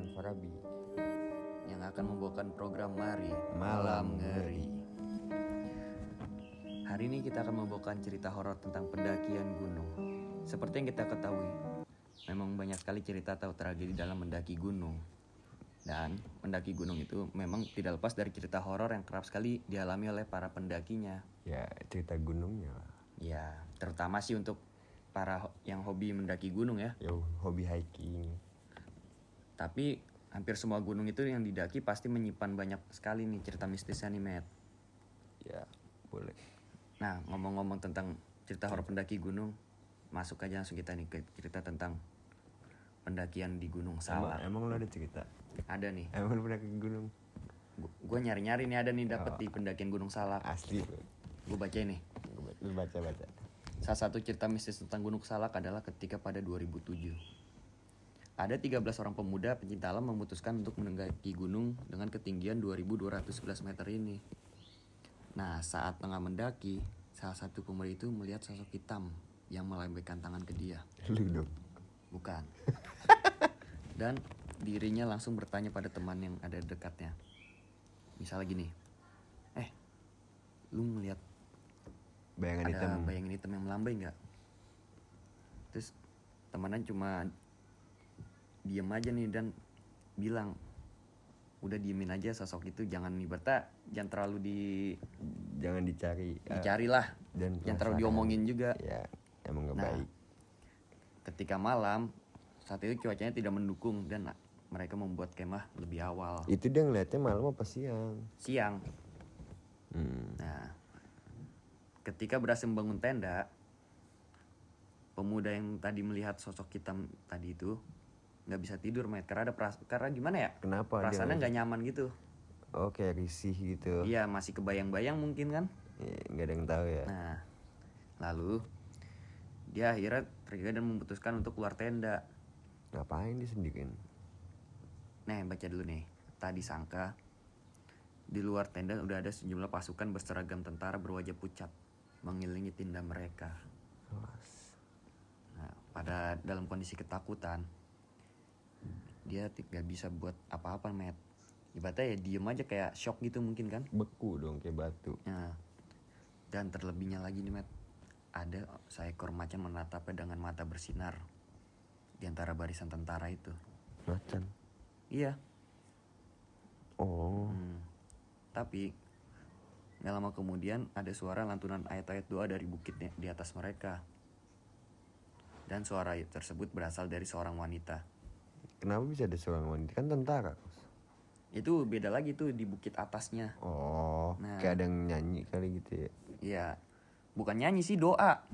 Farhan Farabi yang akan membawakan program Mari Malam Ngeri. Hari ini kita akan membawakan cerita horor tentang pendakian gunung. Seperti yang kita ketahui, memang banyak sekali cerita atau tragedi dalam mendaki gunung. Dan mendaki gunung itu memang tidak lepas dari cerita horor yang kerap sekali dialami oleh para pendakinya. Ya, cerita gunungnya lah. Ya, terutama sih untuk para yang hobi mendaki gunung ya. Yo, hobi hiking. Tapi hampir semua gunung itu yang didaki pasti menyimpan banyak sekali nih cerita mistisnya nih, Matt. Ya, boleh. Nah, ngomong-ngomong tentang cerita horor pendaki gunung, masuk aja langsung kita nih ke cerita tentang pendakian di Gunung Salak. Emang lo ada cerita? Ada nih. Emang lo pernah ke gunung? Gue nyari-nyari nih, ada nih dapet di pendakian Gunung Salak. Asli. Gue bacain nih. Lu baca. Salah satu cerita mistis tentang Gunung Salak adalah ketika pada 2007. Ada 13 orang pemuda pencinta alam memutuskan untuk mendaki gunung dengan ketinggian 2211 meter ini. Nah, saat tengah mendaki, salah satu pemuda itu melihat sosok hitam yang melambaikan tangan ke dia. Lu dong. Bukan. Dan dirinya langsung bertanya pada teman yang ada dekatnya. Misalnya gini, lu ngeliat Bayangan ada hitam. bayangan hitam yang melambai nggak? Terus temannya cuma diem aja nih dan bilang, udah diemin aja sosok itu, jangan terlalu Jangan dicari. dicari lah, Dan jangan terlalu diomongin juga. Ya, emang gak Nah, baik. ketika malam, saat itu cuacanya tidak mendukung dan mereka membuat kemah lebih awal. Itu dia ngeliatnya malam apa siang? Siang. Nah, ketika berhasil membangun tenda, pemuda yang tadi melihat sosok hitam tadi itu nggak bisa tidur, Matt, karena karena gimana ya? Kenapa? Perasaannya nggak nyaman gitu. Oh, kayak risih gitu. Iya, masih kebayang-bayang mungkin kan. Ya, gak ada yang tahu ya. Nah, lalu dia akhirnya tergila dan memutuskan untuk keluar tenda. Ngapain dia sendirian? Nah, baca dulu nih. Tadi sangka di luar tenda udah ada sejumlah pasukan berseragam tentara berwajah pucat mengelilingi tenda mereka. Nah, pada dalam kondisi ketakutan, dia tidak bisa buat apa-apa, Matt. Ibaratnya ya diem aja kayak shock gitu mungkin kan. Beku dong kayak batu. Nah, dan terlebihnya lagi nih, Matt, ada seekor macan menatapnya dengan mata bersinar di antara barisan tentara itu. Macan. Iya. Oh. Tapi gak lama kemudian ada suara lantunan ayat-ayat doa dari bukit di atas mereka. Dan suara tersebut berasal dari seorang wanita. Kenapa bisa ada seorang wanita? Kan tentara. Itu beda lagi tuh di bukit atasnya. Oh, Nah. kayak ada yang nyanyi kali gitu ya. Iya. Bukan nyanyi sih, doa.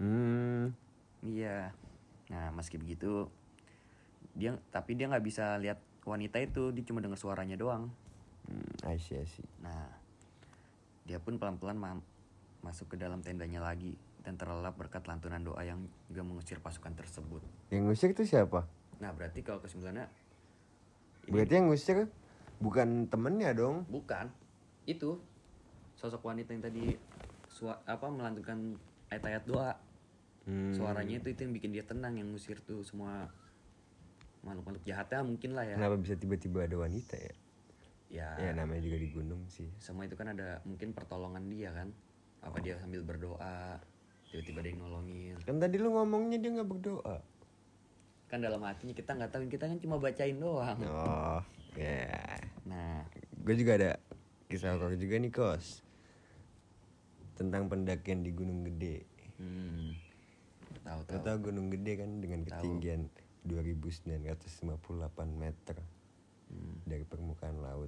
Iya. Nah, meski begitu, tapi dia nggak bisa lihat wanita itu, dia cuma dengar suaranya doang. I see. Nah, dia pun pelan-pelan masuk ke dalam tendanya lagi dan terlelap berkat lantunan doa yang juga mengusir pasukan tersebut. Yang ngusir itu siapa? Nah, berarti kalau kesimpulannya Berarti yang ngusir bukan temennya dong? bukan. Itu sosok wanita yang tadi melantunkan ayat-ayat doa. Suaranya itu yang bikin dia tenang, yang ngusir tuh semua makhluk-makhluk jahatnya mungkin lah ya. Kenapa bisa tiba-tiba ada wanita ya? Ya, namanya juga di gunung sih. semua itu kan ada mungkin pertolongan dia kan. Apa dia sambil berdoa, tiba-tiba ada yang nolongin. Kan tadi lu ngomongnya dia gak berdoa. Kan dalam hatinya kita nggak tahu, kita kan cuma bacain doang. Oh, ya. Nah, Gue juga ada kisah horor juga nih, Kos. Tentang pendakian di Gunung Gede. tahu. Tahu Gunung Gede kan dengan ketinggian 2.958 meter dari permukaan laut.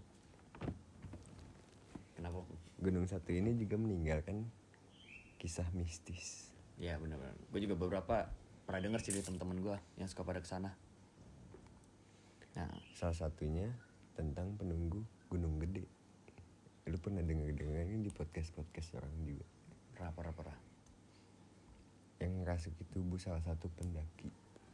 Kenapa? Gunung satu ini juga meninggalkan kisah mistis. Ya benar-benar. Gue juga beberapa pernah dengar sih dari teman-teman gue yang suka pada kesana. Nah, Salah satunya tentang penunggu Gunung Gede. Lu pernah denger-dengerin di podcast orang juga. parah. Yang ngerasuki tubuh salah satu pendaki.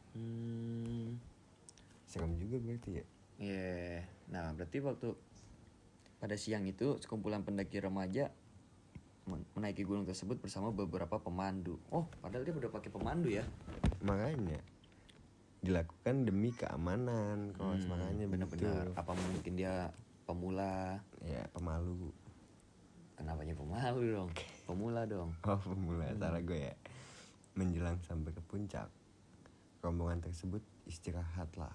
Serem juga berarti ya. Iya. Nah, berarti waktu pada siang itu sekumpulan pendaki remaja menaiki gunung tersebut bersama beberapa pemandu. Oh, padahal dia udah pakai pemandu ya. Makanya dilakukan demi keamanan kos, makanya bener-bener. begitu. Apa mungkin dia pemula? Ya pemalu. Kenapanya pemalu dong? Pemula dong. Oh pemula, salah gue ya. Menjelang sampai ke puncak, rombongan tersebut istirahatlah.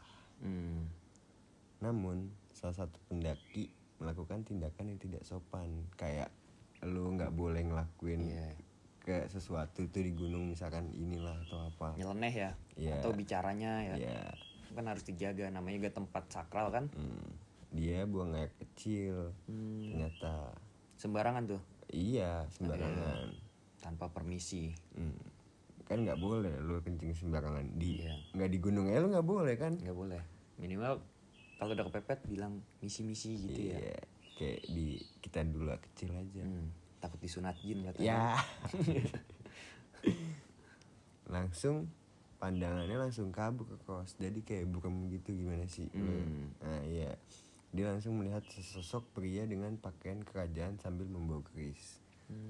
Namun salah satu pendaki melakukan tindakan yang tidak sopan, kayak lu nggak boleh ngelakuin ke sesuatu itu di gunung, misalkan inilah atau apa. Nyeleneh ya? Iya. Atau bicaranya ya? Iya. Kan harus dijaga, namanya juga tempat sakral kan? Dia buang air kecil, ternyata. Sembarangan tuh? Iya, sembarangan. Tanpa permisi. Kan nggak boleh lu kencing sembarangan di, Iya. nggak di gunung lu nggak boleh kan? Nggak boleh. Minimal kalau udah kepepet bilang misi-misi gitu ya. Iya, kayak di kita dulu kecil aja. Takut disunat jin katanya. Ya. Langsung pandangannya langsung kabur ke kos. Jadi kayak buram gitu, gimana sih? Nah iya, dia langsung melihat sesosok pria dengan pakaian kerajaan sambil membawa keris.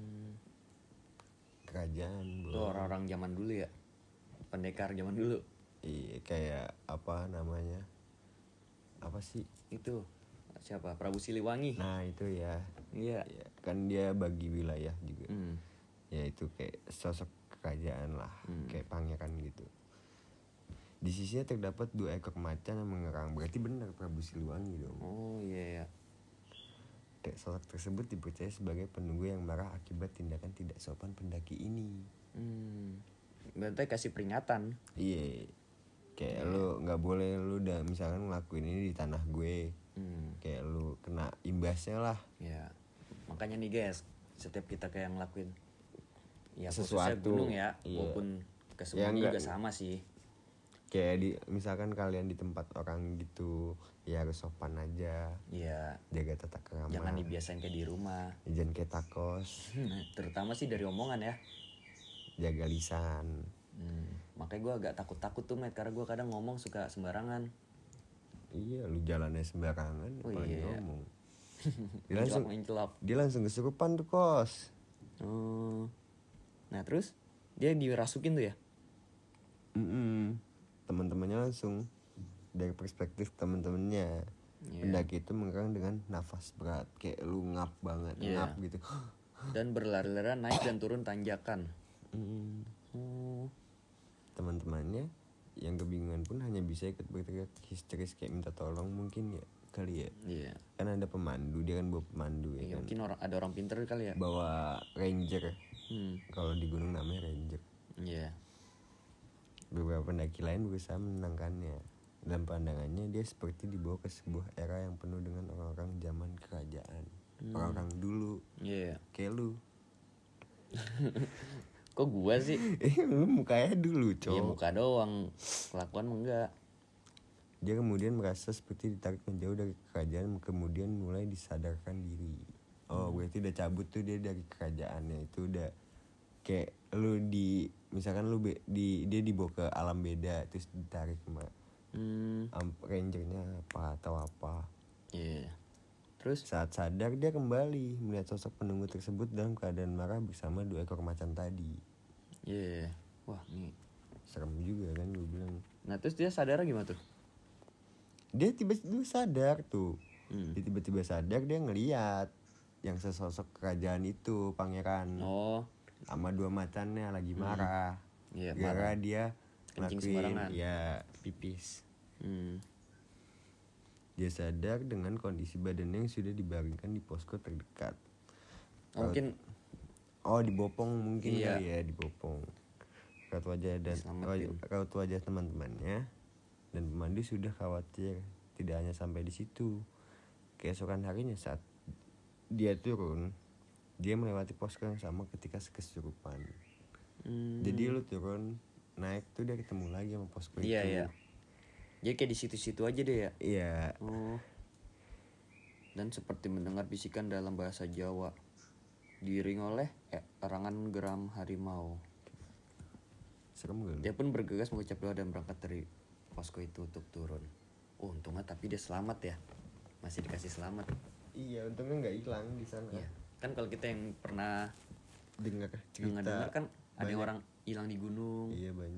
Kerajaan, Itu bro. orang-orang zaman dulu ya, pendekar zaman dulu. Iya, kayak apa namanya? Apa sih? Itu siapa? Prabu Siliwangi. Nah itu ya. Iya. Ya, kan dia bagi wilayah juga. Hmm. Ya itu kayak sosok kerajaan lah, kayak pangeran gitu. Di sisinya terdapat 2 ekor macan yang mengerang. Berarti benar Prabu Siliwangi dong. Oh iya ya. Kayak sosok tersebut dipercaya sebagai penunggu yang marah akibat tindakan tidak sopan pendaki ini. Berarti kasih peringatan. Iya. Kayak lu nggak boleh, lu udah misalkan ngelakuin ini di tanah gue. Kayak lu kena imbasnya lah. Ya. Makanya nih guys, setiap kita kayak ngelakuin ya Sesuatu. khususnya gunung ya, Iya. maupun ke Ya, semuanya enggak. juga sama sih. Kayak di misalkan kalian di tempat orang gitu, ya harus sopan aja. Iya. Jaga tata krama. Jangan dibiasain kayak di rumah. Jangan kayak takos. Terutama sih dari omongan ya. Jaga lisan. Makanya gue agak takut-takut tuh Matt, karena gue kadang ngomong suka sembarangan. Iya, lu jalannya sembarangan, Oh, apalagi iya. ngomong. Mencelap. Dia langsung kesurupan tuh kos. Oh. Nah terus dia dirasukin tuh ya? Teman-temannya langsung, dari perspektif teman-temannya, pendaki itu mengerang dengan nafas berat, kayak lu ngap banget, ngap gitu. Dan berlari-lari naik dan turun tanjakan. Teman-temannya yang kebingungan pun hanya bisa ikut berteriak histeris kayak minta tolong mungkin ya, kali ya. Iya. Kan ada pemandu, dia kan bawa pemandu ya Iya, kan. mungkin ada orang pinter kali ya. Bawa ranger. Kalau di gunung namanya ranger. Iya. Beberapa pendaki lain berusaha menenangkannya. Dalam pandangannya dia seperti dibawa ke sebuah era yang penuh dengan orang-orang zaman kerajaan. Orang-orang dulu. Iya. Kayak lu. Kok gua sih? Lu mukanya dulu, Iya cowok. muka doang. Kelakuan mah enggak. Dia kemudian merasa seperti ditarik menjauh dari kerajaan, kemudian mulai disadarkan diri. Oh, berarti udah cabut tuh dia dari kerajaannya. Itu udah kayak lu di, misalkan lu dia dibawa ke alam beda, terus ditarik sama rangernya apa atau apa. Iya. Terus? Saat sadar dia kembali melihat sosok penunggu tersebut dalam keadaan marah bersama 2 ekor macan tadi. Iya. Wah nih. Serem juga kan gue bilang. Nah terus dia sadar gimana tuh? Dia tiba-tiba sadar tuh. Dia tiba-tiba sadar, dia ngeliat yang sesosok kerajaan itu, pangeran. Oh. Sama 2 macannya lagi marah. Iya, Gara dia kencing ngelakuin sembarangan. ya pipis. Hmm. Dia sadar dengan kondisi badannya yang sudah dibaringkan di posko terdekat. Mungkin Dibopong mungkin Iya. kali ya, dibopong. Raut wajah teman-temannya dan pemandu sudah khawatir. Tidak hanya sampai di situ. Keesokan harinya saat dia turun, dia melewati posko yang sama ketika kesurupan. Jadi lu turun, naik tuh dia ketemu lagi sama posko Iya itu. iya. Jadi kayak di situ-situ aja deh ya. Iya. Oh. Dan seperti mendengar bisikan dalam bahasa Jawa, diiring oleh erangan geram harimau. Serem gak lu? Dia pun bergegas mengucap doa dan berangkat dari posko itu untuk turun. Oh, untungnya tapi dia selamat ya. Masih dikasih selamat. Iya, untungnya nggak hilang di sana. Iya. Kan kalau kita yang pernah Dengar cerita. dengar kan ada banyak. orang hilang di gunung. Iya banyak.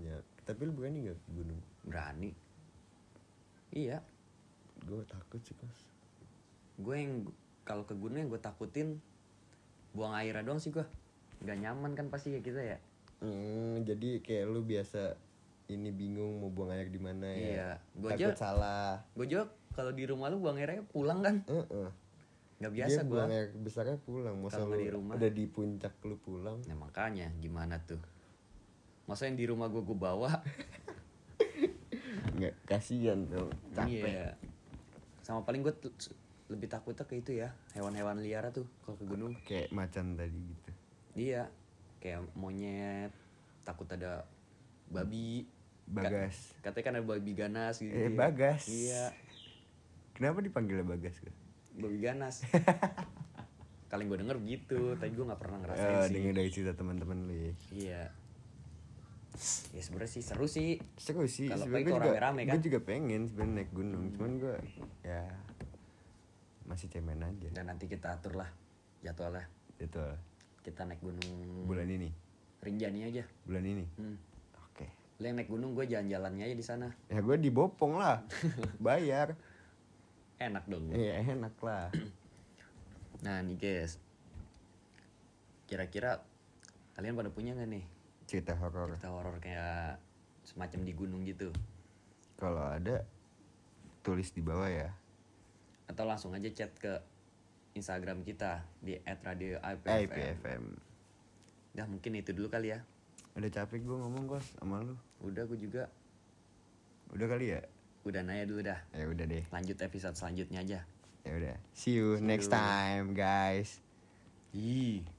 Tapi lu berani gak ke gunung? Berani. Iya. Gue takut sih Kos. Gue yang kalau ke gunung yang gue takutin buang airnya doang sih gue. Gak nyaman kan pasti kayak kita ya. Jadi kayak lu biasa ini bingung mau buang air di mana ya. Iya. Gue Takut aja salah. Gue juga kalau di rumah lu buang airnya pulang kan. Gak biasa gue. Buang air besarnya pulang. Masa Kalau lu di rumah udah di puncak lu pulang. Nah makanya gimana tuh. Masa yang di rumah gue bawa. Nggak, kasihan dong, capek. Iya. Sama paling gue lebih takutnya ke itu ya, hewan-hewan liar tuh kalau ke gunung. Kayak macan tadi gitu. Iya. Kayak monyet, takut ada babi. Bagas. Katanya kan ada babi ganas gitu. Bagas. Iya. Kenapa dipanggilnya Bagas? Babi ganas. Kali gue denger begitu, tapi gue nggak pernah ngerasain sih. Dengar dari cerita teman-teman lu ya. Iya. Ya sebenarnya sih seru sih. Seru sih. Kalau Sebenarnya kalau rame-rame kan. Gue juga pengen sebenarnya naik gunung, cuman gue ya masih cemen aja. Dan nanti kita atur lah jadwalnya. Betul. Kita naik gunung Bulan ini. Rinjani aja. Bulan ini. Oke. Lu yang naik gunung, gue jalan-jalannya aja di sana. Ya gue dibopong lah. Bayar. Enak dong. Iya enak lah. Nah nih guys, kira-kira kalian pada punya nggak nih Cerita horor. cerita horor kayak semacam di gunung gitu? Kalau ada tulis di bawah ya. Atau langsung aja chat ke Instagram kita di @radioipfm. IPFM. Dah mungkin itu dulu kali ya. Udah capek gue ngomong Kos sama lu. Udah gue juga. Udah kali ya? Udah nanya dulu dah. Ya udah deh. Lanjut episode selanjutnya aja. Ya udah. See you next time guys. Ih.